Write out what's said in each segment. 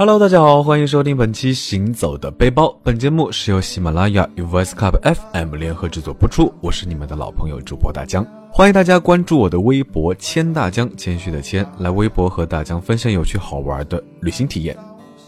Hello， 大家好，欢迎收听本期行走的背包。本节目是由喜马拉雅与 Voice Club FM 联合制作播出，我是你们的老朋友主播大江。欢迎大家关注我的微博谦大江，谦虚的谦，来微博和大江分享有趣好玩的旅行体验。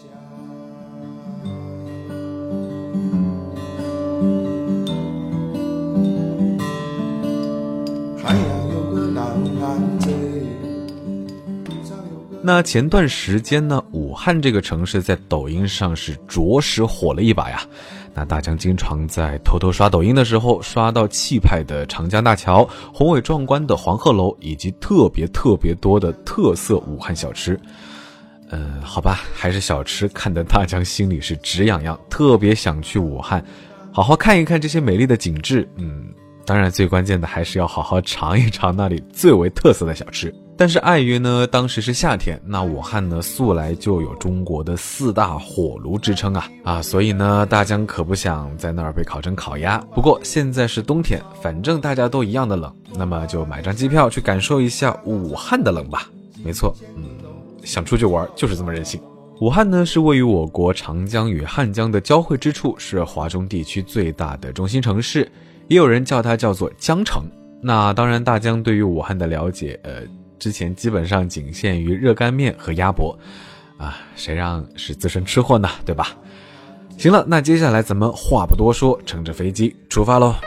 那前段时间呢，武汉这个城市在抖音上是着实火了一把呀。那大江经常在偷偷刷抖音的时候，刷到气派的长江大桥、宏伟壮观的黄鹤楼，以及特别多的特色武汉小吃。好吧，还是小吃看得大江心里是直痒痒，特别想去武汉好好看一看这些美丽的景致。当然最关键的还是要好好尝一尝那里最为特色的小吃。但是碍于呢当时是夏天，那武汉呢素来就有中国的4大火炉之称所以呢大江可不想在那儿被烤成烤鸭。不过现在是冬天，反正大家都一样的冷，那么就买张机票去感受一下武汉的冷吧。没错，想出去玩就是这么任性。武汉呢是位于我国长江与汉江的交汇之处，是华中地区最大的中心城市，也有人叫它叫做江城。那当然大江对于武汉的了解之前基本上仅限于热干面和鸭脖谁让是资深吃货呢，对吧？行了，那接下来咱们话不多说，乘着飞机出发咯。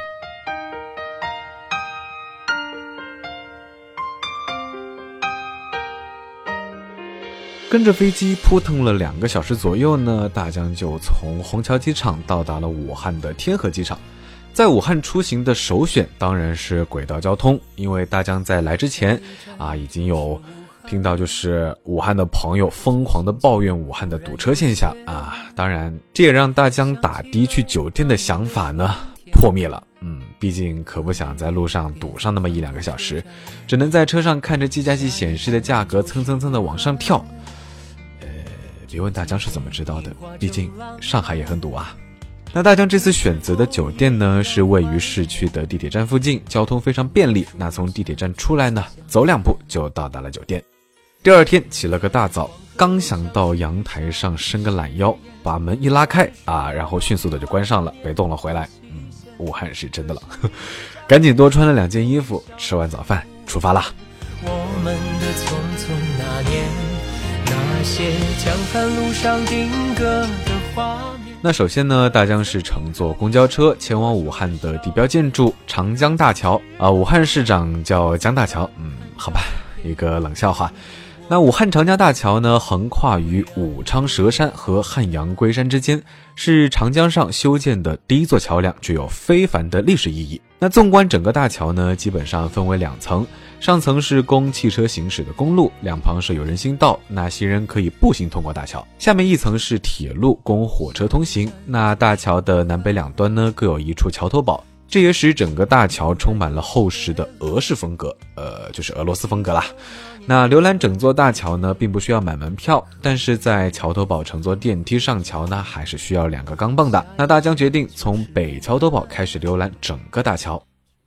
跟着飞机扑腾了2个小时左右呢，大江就从虹桥机场到达了武汉的天河机场。在武汉出行的首选当然是轨道交通，因为大江在来之前已经有听到就是武汉的朋友疯狂的抱怨武汉的堵车现象当然这也让大江打的去酒店的想法呢破灭了。毕竟可不想在路上堵上那么1-2个小时，只能在车上看着计价器显示的价格蹭的往上跳。别问大江是怎么知道的，毕竟上海也很堵那大江这次选择的酒店呢，是位于市区的地铁站附近，交通非常便利。那从地铁站出来呢，走2步就到达了酒店。第二天起了个大早，刚想到阳台上伸个懒腰，把门一拉开然后迅速的就关上了，被冻了回来。武汉是真的冷，赶紧多穿了2件衣服，吃完早饭出发啦。 我们的匆匆那年，那些江畔路上定格的画面。 那首先呢，大江是乘坐公交车前往武汉的地标建筑长江大桥武汉市长叫江大桥，好吧，一个冷笑话。那武汉长江大桥呢，横跨于武昌佘山和汉阳龟山之间，是长江上修建的第一座桥梁，具有非凡的历史意义。那纵观整个大桥呢，基本上分为2层，上层是供汽车行驶的公路，两旁是有人行道，那行人可以步行通过大桥。下面一层是铁路供火车通行，那大桥的南北2端呢各有一处桥头堡，这也使整个大桥充满了厚实的俄式风格，就是俄罗斯风格啦。那浏览整座大桥呢，并不需要买门票，但是在桥头堡乘坐电梯上桥呢，还是需要2个钢镚的。那大江决定从北桥头堡开始浏览整个大桥。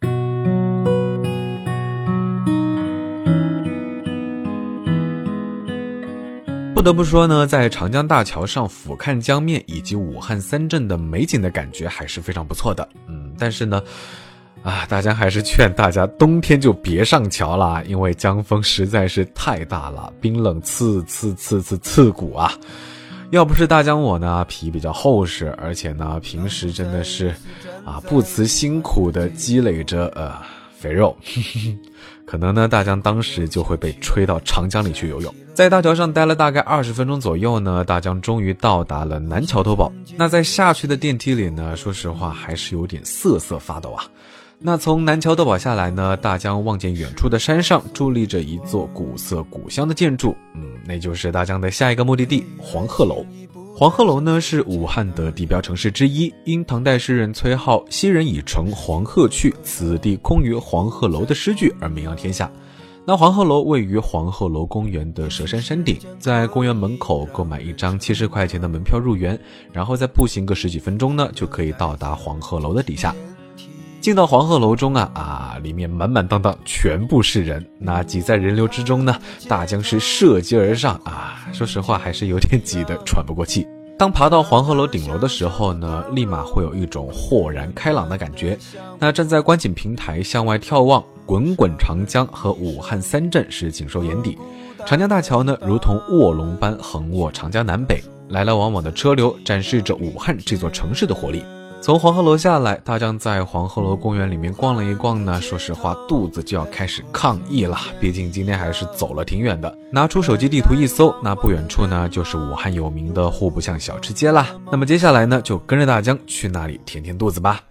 不得不说呢，在长江大桥上俯瞰江面以及武汉3镇的美景的感觉还是非常不错的。但是呢大江还是劝大家冬天就别上桥啦，因为江风实在是太大了，冰冷刺骨要不是大江我呢皮比较厚实，而且呢平时真的是不辞辛苦的积累着肥肉可能呢大江当时就会被吹到长江里去游泳。在大桥上待了大概20分钟左右呢，大江终于到达了南桥头堡。那在下去的电梯里呢，说实话还是有点瑟瑟发抖那从南桥头堡下来呢，大江望见远处的山上伫立着一座古色古香的建筑，那就是大江的下一个目的地黄鹤楼。黄鹤楼呢是武汉的地标城市之一，因唐代诗人崔颢昔人已乘黄鹤去，此地空余黄鹤楼的诗句而名扬天下。那黄鹤楼位于黄鹤楼公园的佘山山顶，在公园门口购买一张70块钱的门票入园，然后再步行个10几分钟呢，就可以到达黄鹤楼的底下。 进到黄鹤楼中里面满满当当全部是人，那挤在人流之中呢，大江是涉级而上说实话还是有点挤得喘不过气。当爬到黄鹤楼顶楼的时候呢，立马会有一种豁然开朗的感觉。那站在观景平台向外眺望，滚滚长江和武汉三镇是尽收眼底。长江大桥呢，如同卧龙般横卧长江南北，来来往往的车流展示着武汉这座城市的活力。从黄鹤楼下来，大江在黄鹤楼公园里面逛了一逛呢，说实话肚子就要开始抗议了，毕竟今天还是走了挺远的。拿出手机地图一搜，那不远处呢就是武汉有名的户部巷小吃街啦。那么接下来呢，就跟着大江去那里填填肚子吧。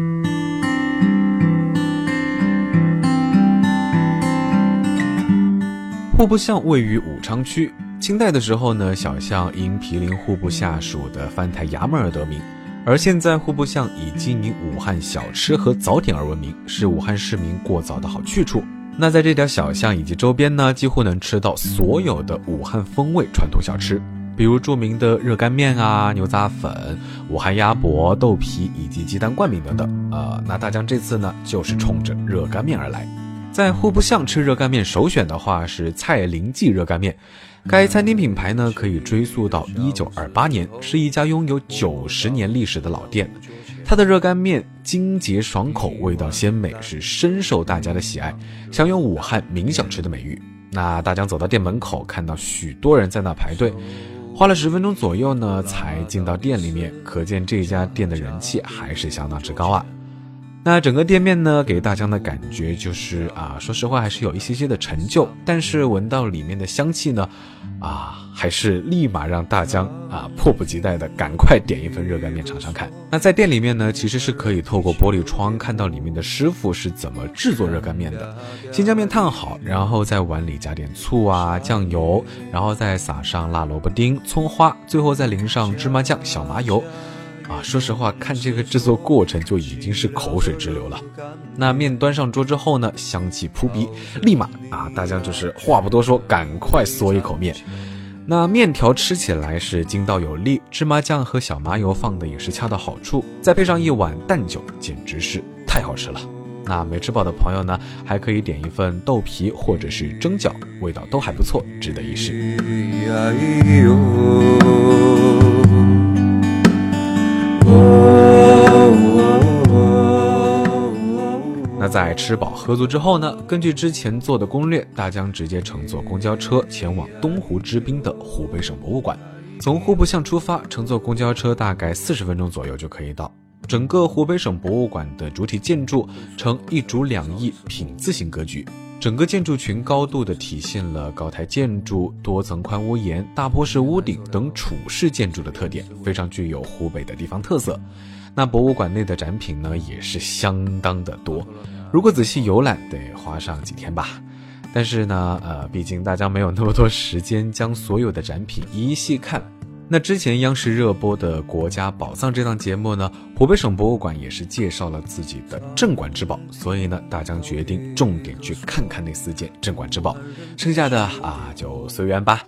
户部巷位于武昌区，清代的时候呢，小巷因毗邻户部下属的藩台衙门而得名。而现在户部巷以经营武汉小吃和早点而闻名，是武汉市民过早的好去处。那在这条小巷以及周边呢，几乎能吃到所有的武汉风味传统小吃，比如著名的热干面牛杂粉、武汉鸭脖、豆皮以及鸡蛋灌饼等等。那大江这次呢，就是冲着热干面而来。在户部巷吃热干面首选的话是蔡林记热干面，该餐厅品牌呢可以追溯到1928年，是一家拥有90年历史的老店。它的热干面精洁爽口，味道鲜美，是深受大家的喜爱，享有武汉名小吃的美誉。那大江走到店门口，看到许多人在那排队，花了10分钟左右呢才进到店里面，可见这家店的人气还是相当之高那整个店面呢，给大江的感觉就是说实话还是有一些的陈旧，但是闻到里面的香气呢，还是立马让大江迫不及待的赶快点一份热干面尝尝看。那在店里面呢，其实是可以透过玻璃窗看到里面的师傅是怎么制作热干面的。先将面烫好，然后在碗里加点醋酱油，然后再撒上辣萝卜丁、葱花，最后再淋上芝麻酱、小麻油。说实话看这个制作过程就已经是口水直流了。那面端上桌之后呢，香气扑鼻，立马大江就是话不多说，赶快嗦一口面。那面条吃起来是筋道有力，芝麻酱和小麻油放的也是恰到好处，再配上一碗蛋酒，简直是太好吃了。那没吃饱的朋友呢，还可以点一份豆皮或者是蒸饺，味道都还不错，值得一试。那在吃饱喝足之后呢，根据之前做的攻略，大江直接乘坐公交车前往东湖之滨的湖北省博物馆。从户部巷出发，乘坐公交车大概40分钟左右就可以到。整个湖北省博物馆的主体建筑呈一主两翼品字形格局，整个建筑群高度的体现了高台建筑、多层宽屋檐、大坡式屋顶等楚式建筑的特点，非常具有湖北的地方特色。那博物馆内的展品呢，也是相当的多，如果仔细游览得花上几天吧。但是呢毕竟大家没有那么多时间将所有的展品一一细看。那之前央视热播的国家宝藏这档节目呢，湖北省博物馆也是介绍了自己的镇馆之宝，所以呢大江决定重点去看看那4件镇馆之宝，剩下的就随缘吧。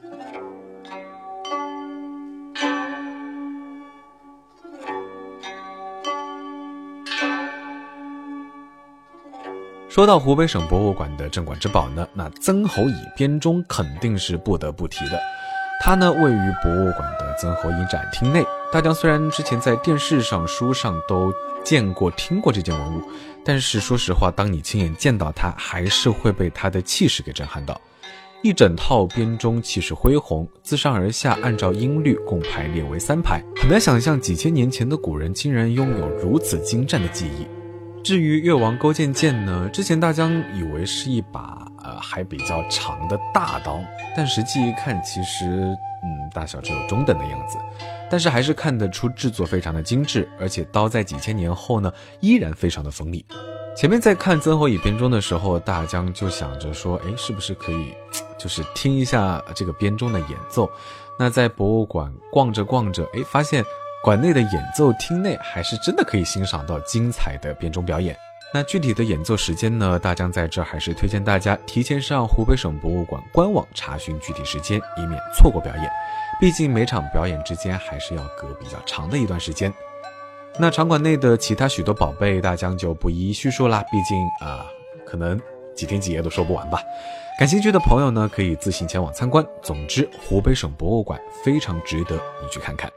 说到湖北省博物馆的镇馆之宝呢，那曾侯乙编钟肯定是不得不提的。它呢位于博物馆的曾侯乙展厅内。大江虽然之前在电视上、书上都见过、听过这件文物，但是说实话，当你亲眼见到它，还是会被它的气势给震撼到。一整套编钟气势恢宏，自上而下按照音律共排列为3排，很难想象几千年前的古人竟然拥有如此精湛的技艺。至于越王勾践剑呢，之前大江以为是一把还比较长的大刀，但实际一看其实大小只有中等的样子，但是还是看得出制作非常的精致，而且刀在几千年后呢依然非常的锋利。前面在看曾侯乙编钟的时候，大江就想着说是不是可以就是听一下这个编钟的演奏。那在博物馆逛着逛着发现馆内的演奏厅内还是真的可以欣赏到精彩的编钟表演。那具体的演奏时间呢，大江在这还是推荐大家提前上湖北省博物馆官网查询具体时间，以免错过表演，毕竟每场表演之间还是要隔比较长的一段时间。 那场馆内的其他许多宝贝，大江就不一一叙述啦，毕竟可能几天几夜都说不完吧。感兴趣的朋友呢，可以自行前往参观。总之，湖北省博物馆非常值得你去看看。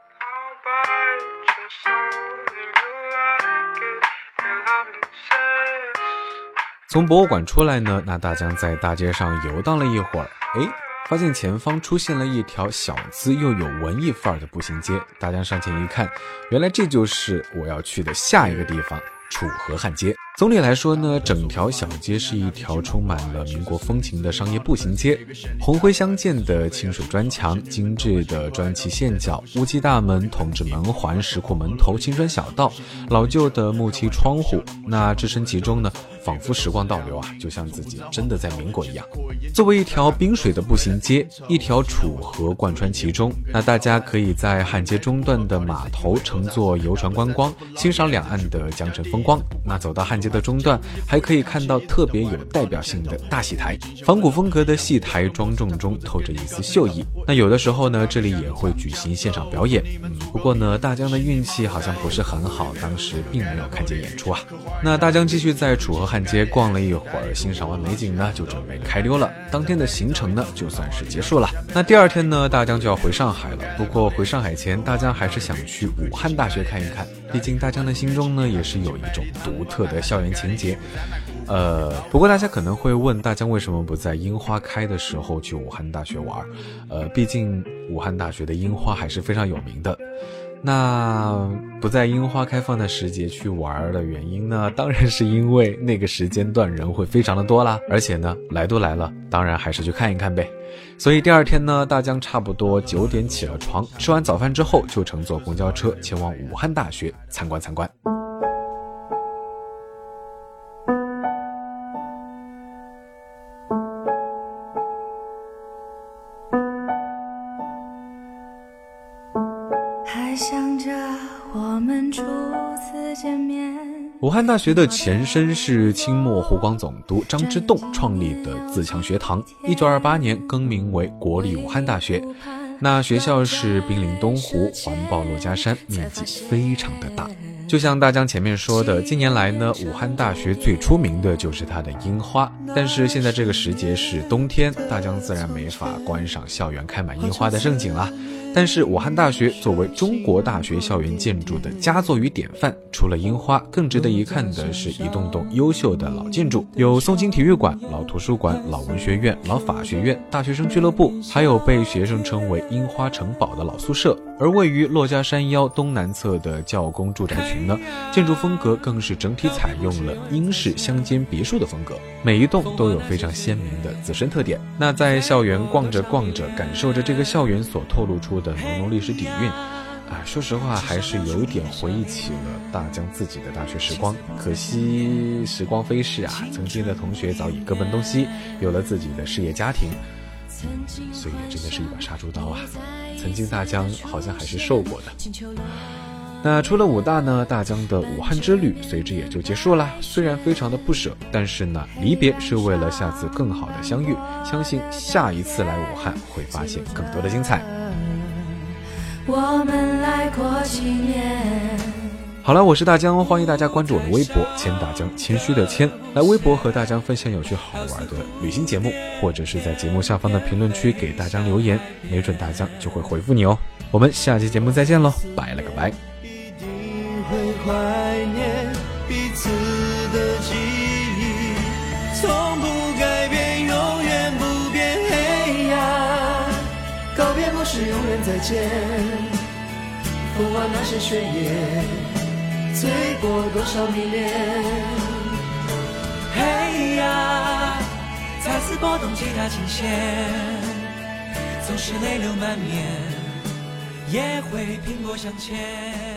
从博物馆出来呢，那大江在大街上游荡了一会儿，发现前方出现了一条小资又有文艺范儿的步行街。大江上前一看，原来这就是我要去的下一个地方——楚河汉街。总体来说呢，整条小街是一条充满了民国风情的商业步行街，红灰相间的清水砖墙，精致的砖砌线脚，乌漆大门、铜制门环、石库门头、青砖小道，老旧的木漆窗户，那置身其中呢，仿佛时光倒流就像自己真的在民国一样。作为一条滨水的步行街，一条楚河贯穿其中，那大家可以在汉街中段的码头乘坐游船观光，欣赏两岸的江城风光。那走到汉街的中段，还可以看到特别有代表性的大戏台，仿古风格的戏台庄重中透着一丝秀意。那有的时候呢，这里也会举行现场表演。不过呢，大江的运气好像不是很好，当时并没有看见演出那大江继续在楚河汉街逛了一会儿，欣赏完美景呢，就准备开溜了。当天的行程呢，就算是结束了。那第二天呢，大江就要回上海了。不过回上海前，大江还是想去武汉大学看一看，毕竟大江的心中呢，也是有一种独特的校园情节。不过大家可能会问，大江为什么不在樱花开的时候去武汉大学玩？毕竟武汉大学的樱花还是非常有名的。那不在樱花开放的时节去玩的原因呢，当然是因为那个时间段人会非常的多啦，而且呢，来都来了，当然还是去看一看呗。所以第二天呢，大江差不多9点起了床，吃完早饭之后就乘坐公交车前往武汉大学参观。 还想着我们初次见面。 武汉大学的前身是清末湖广总督张之洞创立的自强学堂，1928年更名为国立武汉大学。那学校是濒临东湖，环抱珞珈山，面积非常的大。就像大江前面说的，近年来呢，武汉大学最出名的就是它的樱花，但是现在这个时节是冬天，大江自然没法观赏校园开满樱花的盛景啦。但是武汉大学作为中国大学校园建筑的佳作与典范，除了樱花，更值得一看的是一栋栋优秀的老建筑，有宋清体育馆、老图书馆、老文学院、老法学院、大学生俱乐部，还有被学生称为樱花城堡的老宿舍。而位于珞珈山腰东南侧的教工住宅群呢，建筑风格更是整体采用了英式乡间别墅的风格，每一栋都有非常鲜明的自身特点。那在校园逛着逛着，感受着这个校园所透露出的浓浓历史底蕴，说实话还是有一点回忆起了大江自己的大学时光。可惜时光飞逝曾经的同学早已各奔东西，有了自己的事业家庭。岁月真的是一把杀猪刀曾经大江好像还是受过的。那除了武大呢，大江的武汉之旅随之也就结束了。虽然非常的不舍，但是呢，离别是为了下次更好的相遇。相信下一次来武汉会发现更多的精彩。 我们来过几年。 好了，我是大江，欢迎大家关注我的微博谦大江，谦虚的谦，来微博和大江分享有趣好玩的旅行节目，或者是在节目下方的评论区给大江留言，没准大江就会回复你哦。我们下期节目再见咯，拜了个拜。 一定会怀念彼此的记忆，从不改变，永远不变。嘿呀，告别不是永远再见，风华那些岁月醉过多少迷恋。嘿呀，再次拨动吉他琴弦，总是泪流满面，也会拼搏向前。